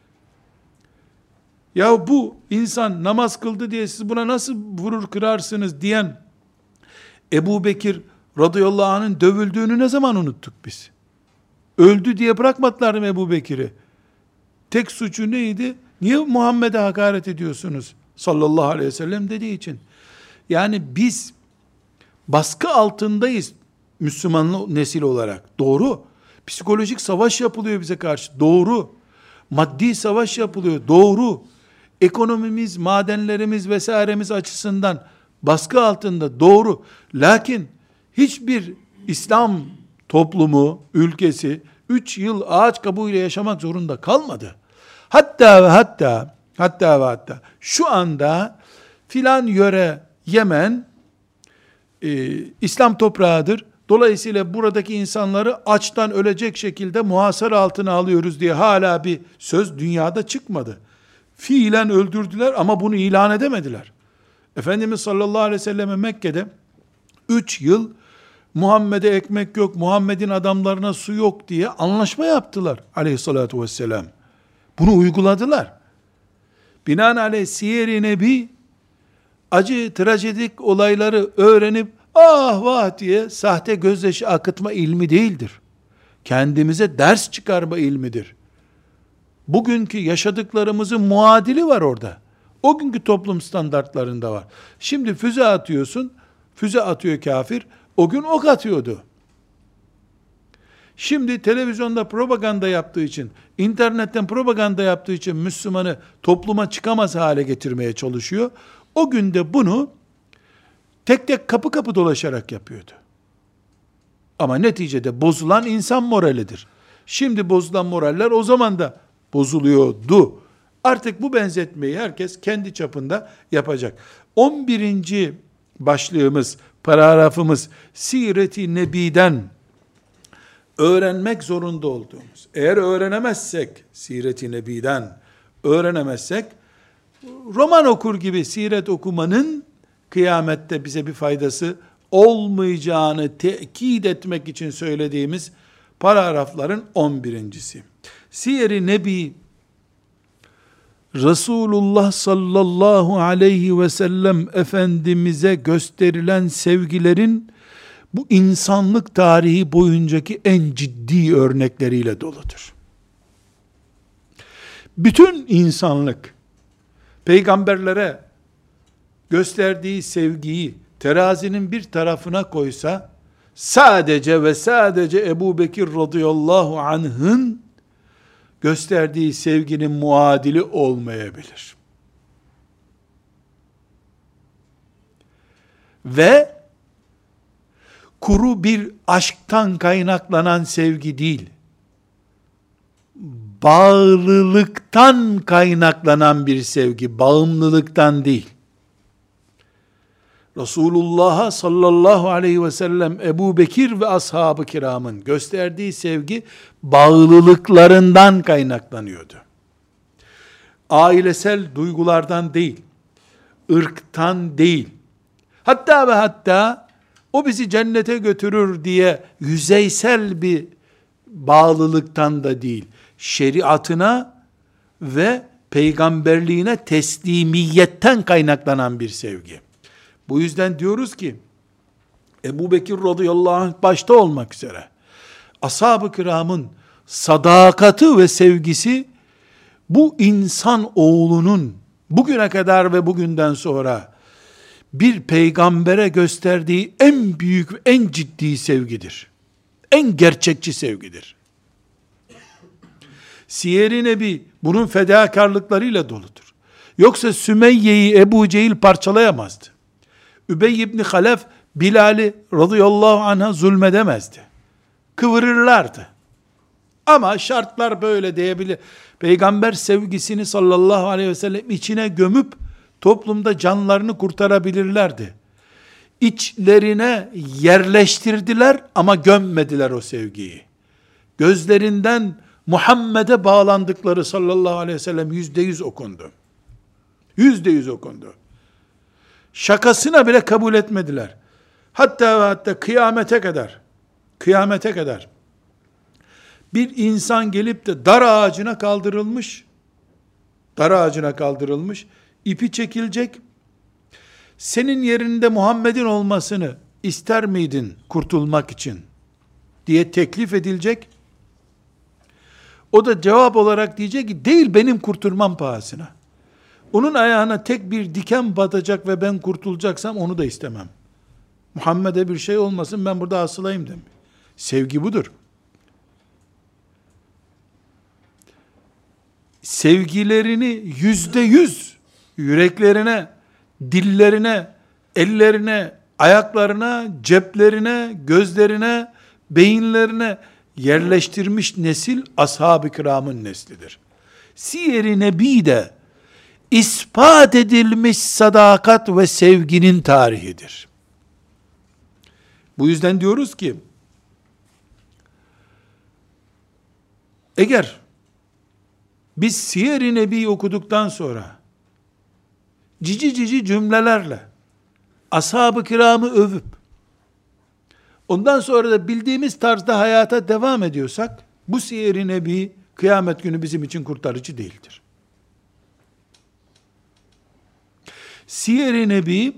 Ya bu insan namaz kıldı diye siz buna nasıl vurur kırarsınız diyen Ebu Bekir radıyallahu anh'ın dövüldüğünü ne zaman unuttuk biz? Öldü diye bırakmadılar mı Ebu Bekir'i? Tek suçu neydi? Niye Muhammed'e hakaret ediyorsunuz? Sallallahu aleyhi ve sellem dediği için. Yani biz baskı altındayız Müslüman nesil olarak. Doğru. Psikolojik savaş yapılıyor bize karşı. Doğru. Maddi savaş yapılıyor. Doğru. Ekonomimiz, madenlerimiz vesairemiz açısından baskı altında. Doğru. Lakin hiçbir İslam toplumu, ülkesi üç yıl ağaç kabuğuyla yaşamak zorunda kalmadı. Hatta ve hatta hatta ve hatta şu anda filan yöre Yemen e, İslam toprağıdır. Dolayısıyla buradaki insanları açtan ölecek şekilde muhasara altına alıyoruz diye hala bir söz dünyada çıkmadı. Fiilen öldürdüler ama bunu ilan edemediler. Efendimiz sallallahu aleyhi ve selleme Mekke'de üç yıl Muhammed'e ekmek yok, Muhammed'in adamlarına su yok diye anlaşma yaptılar aleyhissalatu vesselam. Bunu uyguladılar. Binaenaleyh Siyer-i Nebi acı, trajedik olayları öğrenip ah vah diye sahte gözyaşı akıtma ilmi değildir. Kendimize ders çıkarma ilmidir. Bugünkü yaşadıklarımızın muadili var orada. O günkü toplum standartlarında var. Şimdi füze atıyorsun, füze atıyor kafir, o gün ok atıyordu. Şimdi televizyonda propaganda yaptığı için, internetten propaganda yaptığı için Müslümanı topluma çıkamaz hale getirmeye çalışıyor. O günde bunu tek tek kapı kapı dolaşarak yapıyordu. Ama neticede bozulan insan moralidir. Şimdi bozulan moraller o zaman da bozuluyordu. Artık bu benzetmeyi herkes kendi çapında yapacak. on birinci başlığımız, paragrafımız Siret-i Nebi'den öğrenmek zorunda olduğumuz. Eğer öğrenemezsek, Siret-i Nebi'den öğrenemezsek, roman okur gibi siret okumanın kıyamette bize bir faydası olmayacağını tekit etmek için söylediğimiz paragrafların on birincisi. Siyer-i Nebi, Resulullah sallallahu aleyhi ve sellem Efendimiz'e gösterilen sevgilerin bu insanlık tarihi boyuncaki en ciddi örnekleriyle doludur. Bütün insanlık peygamberlere gösterdiği sevgiyi terazinin bir tarafına koysa, sadece ve sadece Ebu Bekir radıyallahu anh'ın gösterdiği sevginin muadili olmayabilir. Ve kuru bir aşktan kaynaklanan sevgi değil, bağlılıktan kaynaklanan bir sevgi, bağımlılıktan değil. Resulullah'a sallallahu aleyhi ve sellem Ebu Bekir ve ashab-ı kiramın gösterdiği sevgi bağlılıklarından kaynaklanıyordu. Ailesel duygulardan değil, ırktan değil. Hatta ve hatta o bizi cennete götürür diye yüzeysel bir bağlılıktan da değil, şeriatına ve peygamberliğine teslimiyetten kaynaklanan bir sevgi. Bu yüzden diyoruz ki, Ebu Bekir radıyallahu anh başta olmak üzere, ashab-ı kiramın sadakati ve sevgisi, bu insan oğlunun bugüne kadar ve bugünden sonra bir peygambere gösterdiği en büyük ve en ciddi sevgidir. En gerçekçi sevgidir. Siyer-i Nebi bunun fedakarlıklarıyla doludur. Yoksa Sümeyye'yi Ebu Cehil parçalayamazdı. Übey ibn Halef Bilal'i radıyallahu anh'a zulmedemezdi. Kıvırırlardı. Ama şartlar böyle diyebilir. Peygamber sevgisini sallallahu aleyhi ve sellem içine gömüp toplumda canlarını kurtarabilirlerdi. İçlerine yerleştirdiler ama gömmediler o sevgiyi. Gözlerinden Muhammed'e bağlandıkları sallallahu aleyhi ve sellem yüzde yüz okundu. Yüzde yüz okundu. Şakasına bile kabul etmediler. Hatta ve hatta kıyamete kadar, kıyamete kadar bir insan gelip de dar ağacına kaldırılmış, dar ağacına kaldırılmış, ipi çekilecek, senin yerinde Muhammed'in olmasını ister miydin kurtulmak için diye teklif edilecek. O da cevap olarak diyecek ki, değil, benim kurtulmam pahasına. Onun ayağına tek bir diken batacak ve ben kurtulacaksam onu da istemem. Muhammed'e bir şey olmasın, ben burada asılayım demiyor. Sevgi budur. Sevgilerini yüzde yüz yüreklerine, dillerine, ellerine, ayaklarına, ceplerine, gözlerine, beyinlerine yerleştirmiş nesil ashab-ı kiramın neslidir. Siyer-i Nebi de ispat edilmiş sadakat ve sevginin tarihidir. Bu yüzden diyoruz ki, eğer biz Siyer-i Nebi okuduktan sonra cici cici cümlelerle ashab-ı kiramı övüp ondan sonra da bildiğimiz tarzda hayata devam ediyorsak, bu Siyer-i Nebi kıyamet günü bizim için kurtarıcı değildir. Siyer-i Nebi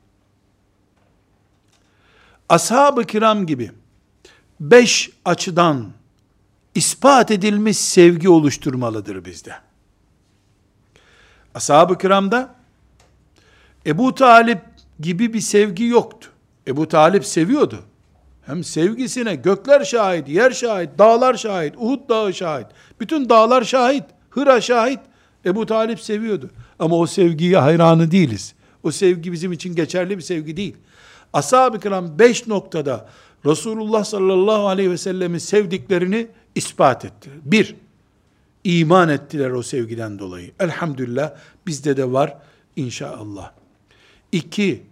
ashab-ı kiram gibi beş açıdan ispat edilmiş sevgi oluşturmalıdır bizde. Ashab-ı kiramda Ebu Talip gibi bir sevgi yoktu. Ebu Talip seviyordu. Hem sevgisine gökler şahit, yer şahit, dağlar şahit, Uhud dağı şahit, bütün dağlar şahit, Hıra şahit. Ebu Talip seviyordu. Ama o sevgiye hayranı değiliz. O sevgi bizim için geçerli bir sevgi değil. Ashab-ı kiram beş noktada Resulullah sallallahu aleyhi ve sellemin sevdiklerini ispat ettiler. Bir, iman ettiler o sevgiden dolayı. Elhamdülillah bizde de var inşallah. İki,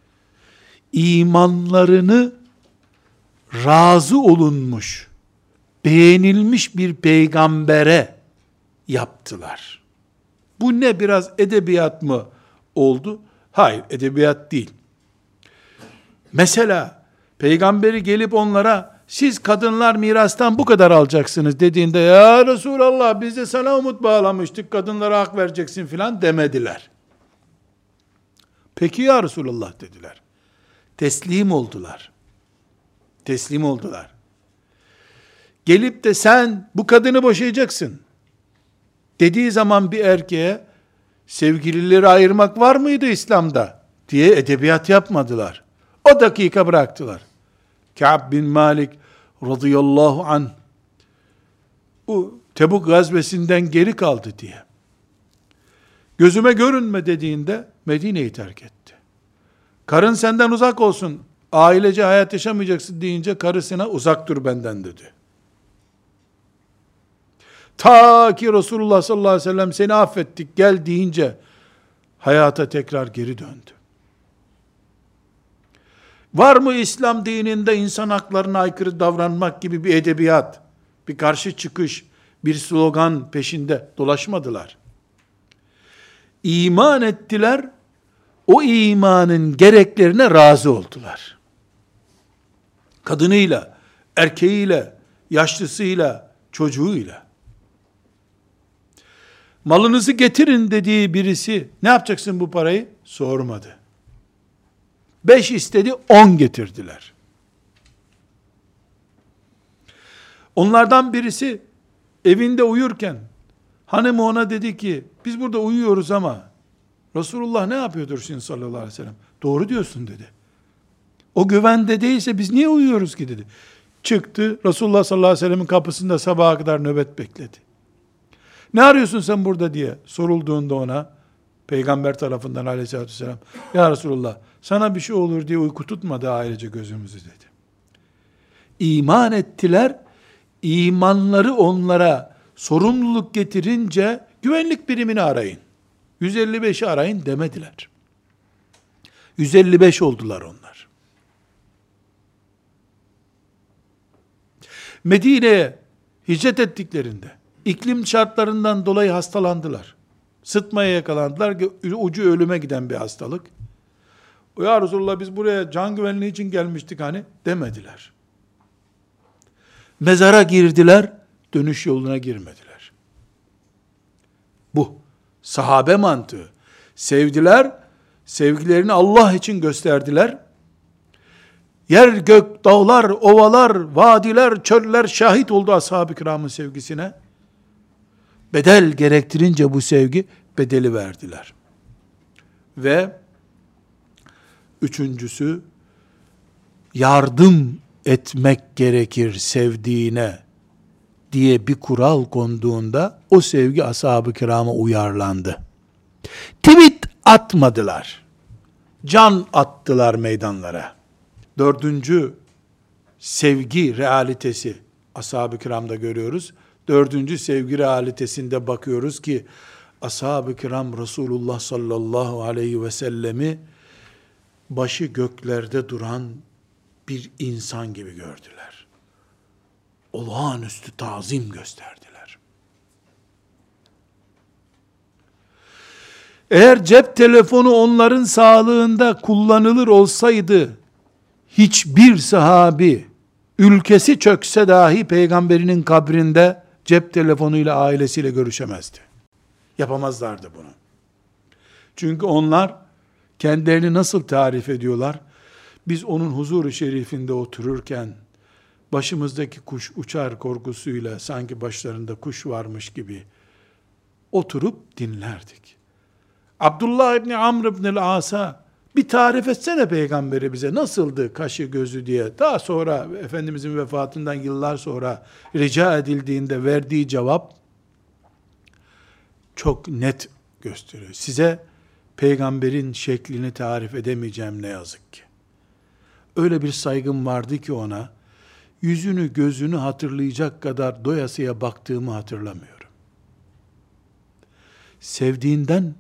imanlarını razı olunmuş, beğenilmiş bir peygambere yaptılar. Bu ne, biraz edebiyat mı oldu? Hayır, edebiyat değil. Mesela peygamberi gelip onlara, siz kadınlar mirastan bu kadar alacaksınız dediğinde, ya Resulallah biz de sana umut bağlamıştık, kadınlara hak vereceksin filan demediler. Peki ya Resulallah dediler. Teslim oldular. Teslim oldular. Gelip de sen bu kadını boşayacaksın dediği zaman bir erkeğe, sevgilileri ayırmak var mıydı İslam'da diye edebiyat yapmadılar. O dakika bıraktılar. Ka'b bin Malik radıyallahu anh bu Tebuk gazvesinden geri kaldı diye, gözüme görünme dediğinde Medine'yi terk etti. Karın senden uzak olsun, ailece hayat yaşamayacaksın deyince karısına uzak dur benden dedi. Ta ki Resulullah sallallahu aleyhi ve sellem seni affettik gel deyince hayata tekrar geri döndü. Var mı İslam dininde insan haklarına aykırı davranmak gibi bir edebiyat, bir karşı çıkış, bir slogan peşinde dolaşmadılar. İman ettiler, o imanın gereklerine razı oldular. Kadınıyla, erkeğiyle, yaşlısıyla, çocuğuyla. Malınızı getirin dediği birisi, ne yapacaksın bu parayı? Sormadı. Beş istedi, on getirdiler. Onlardan birisi evinde uyurken, hanımı ona dedi ki, biz burada uyuyoruz ama Resulullah ne yapıyordur şimdi sallallahu aleyhi ve sellem? Doğru diyorsun dedi. O güvende değilse biz niye uyuyoruz ki dedi. Çıktı, Resulullah sallallahu aleyhi ve sellemin kapısında sabaha kadar nöbet bekledi. Ne arıyorsun sen burada diye sorulduğunda ona, Peygamber tarafından aleyhissalatü vesselam, ya Resulullah sana bir şey olur diye uyku tutmadı ailece gözümüzü dedi. İman ettiler, imanları onlara sorumluluk getirince güvenlik birimini arayın. yüz elli beşi arayın demediler. yüz elli beş oldular onlar. Medine'ye hicret ettiklerinde iklim şartlarından dolayı hastalandılar. Sıtmaya yakalandılar. Ucu ölüme giden bir hastalık. Ya Resulullah biz buraya can güvenliği için gelmiştik hani demediler. Mezara girdiler, dönüş yoluna girmediler. Bu sahabe mantığı. Sevdiler, sevgilerini Allah için gösterdiler. Yer, gök, dağlar, ovalar, vadiler, çöller şahit oldu ashab-ı kiramın sevgisine. Bedel gerektirince bu sevgi bedeli verdiler. Ve üçüncüsü, yardım etmek gerekir sevdiğine diye bir kural konduğunda o sevgi ashab-ı kirama uyarlandı. Tweet atmadılar. Can attılar meydanlara. Dördüncü sevgi realitesi ashab-ı kiramda görüyoruz. Dördüncü sevgi realitesinde bakıyoruz ki ashab-ı kiram Resulullah sallallahu aleyhi ve sellemi başı göklerde duran bir insan gibi gördüler. Olağanüstü tazim gösterdiler. Eğer cep telefonu onların sağlığında kullanılır olsaydı, hiçbir sahabi, ülkesi çökse dahi peygamberinin kabrinde cep telefonuyla ailesiyle görüşemezdi. Yapamazlardı bunu. Çünkü onlar kendilerini nasıl tarif ediyorlar? Biz onun huzur-u şerifinde otururken başımızdaki kuş uçar korkusuyla sanki başlarında kuş varmış gibi oturup dinlerdik. Abdullah İbni Amr İbni As'a bir tarif etsene peygamberi bize nasıldı kaşı gözü diye. Daha sonra Efendimizin vefatından yıllar sonra rica edildiğinde verdiği cevap çok net gösteriyor. Size peygamberin şeklini tarif edemeyeceğim ne yazık ki. Öyle bir saygım vardı ki ona, yüzünü gözünü hatırlayacak kadar doyasıya baktığımı hatırlamıyorum. Sevdiğinden,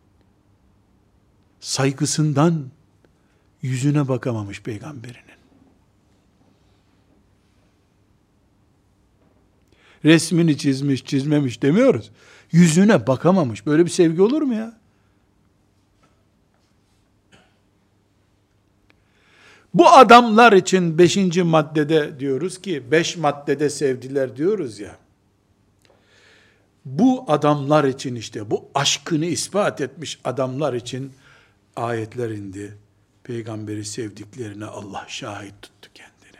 saygısından yüzüne bakamamış peygamberinin. Resmini çizmiş, çizmemiş demiyoruz. Yüzüne bakamamış. Böyle bir sevgi olur mu ya? Bu adamlar için beşinci maddede diyoruz ki, beş maddede sevdiler diyoruz ya. Bu adamlar için işte, bu aşkını ispat etmiş adamlar için ayetler indi. Peygamberi sevdiklerine Allah şahit tuttu kendini.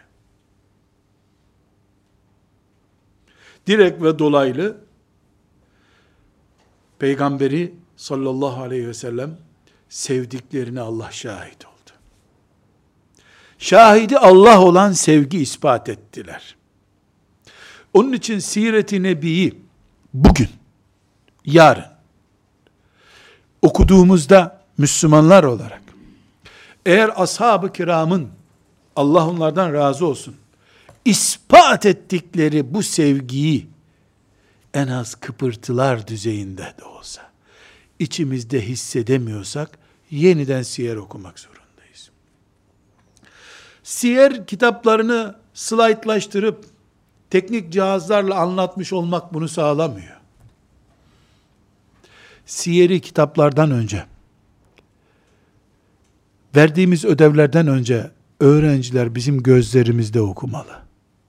Direkt ve dolaylı Peygamberi sallallahu aleyhi ve sellem sevdiklerine Allah şahit oldu. Şahidi Allah olan sevgi ispat ettiler. Onun için Siret-i Nebi'yi bugün, yarın okuduğumuzda Müslümanlar olarak, eğer ashab-ı kiramın, Allah onlardan razı olsun, ispat ettikleri bu sevgiyi en az kıpırtılar düzeyinde de olsa, içimizde hissedemiyorsak, yeniden siyer okumak zorundayız. Siyer kitaplarını slaytlaştırıp, teknik cihazlarla anlatmış olmak bunu sağlamıyor. Siyeri kitaplardan önce, verdiğimiz ödevlerden önce, öğrenciler bizim gözlerimizde okumalı.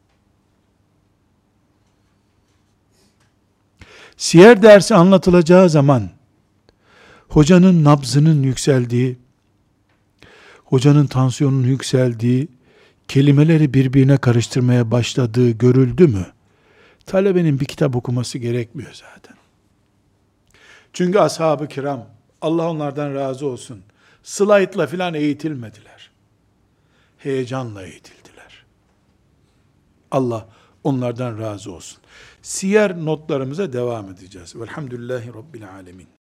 Siyer dersi anlatılacağı zaman, hocanın nabzının yükseldiği, hocanın tansiyonunun yükseldiği, kelimeleri birbirine karıştırmaya başladığı görüldü mü, talebenin bir kitap okuması gerekmiyor zaten. Çünkü ashab-ı kiram, Allah onlardan razı olsun, slaytla filan eğitilmediler. Heyecanla eğitildiler. Allah onlardan razı olsun. Siyer notlarımıza devam edeceğiz. Velhamdülillahi Rabbil alemin.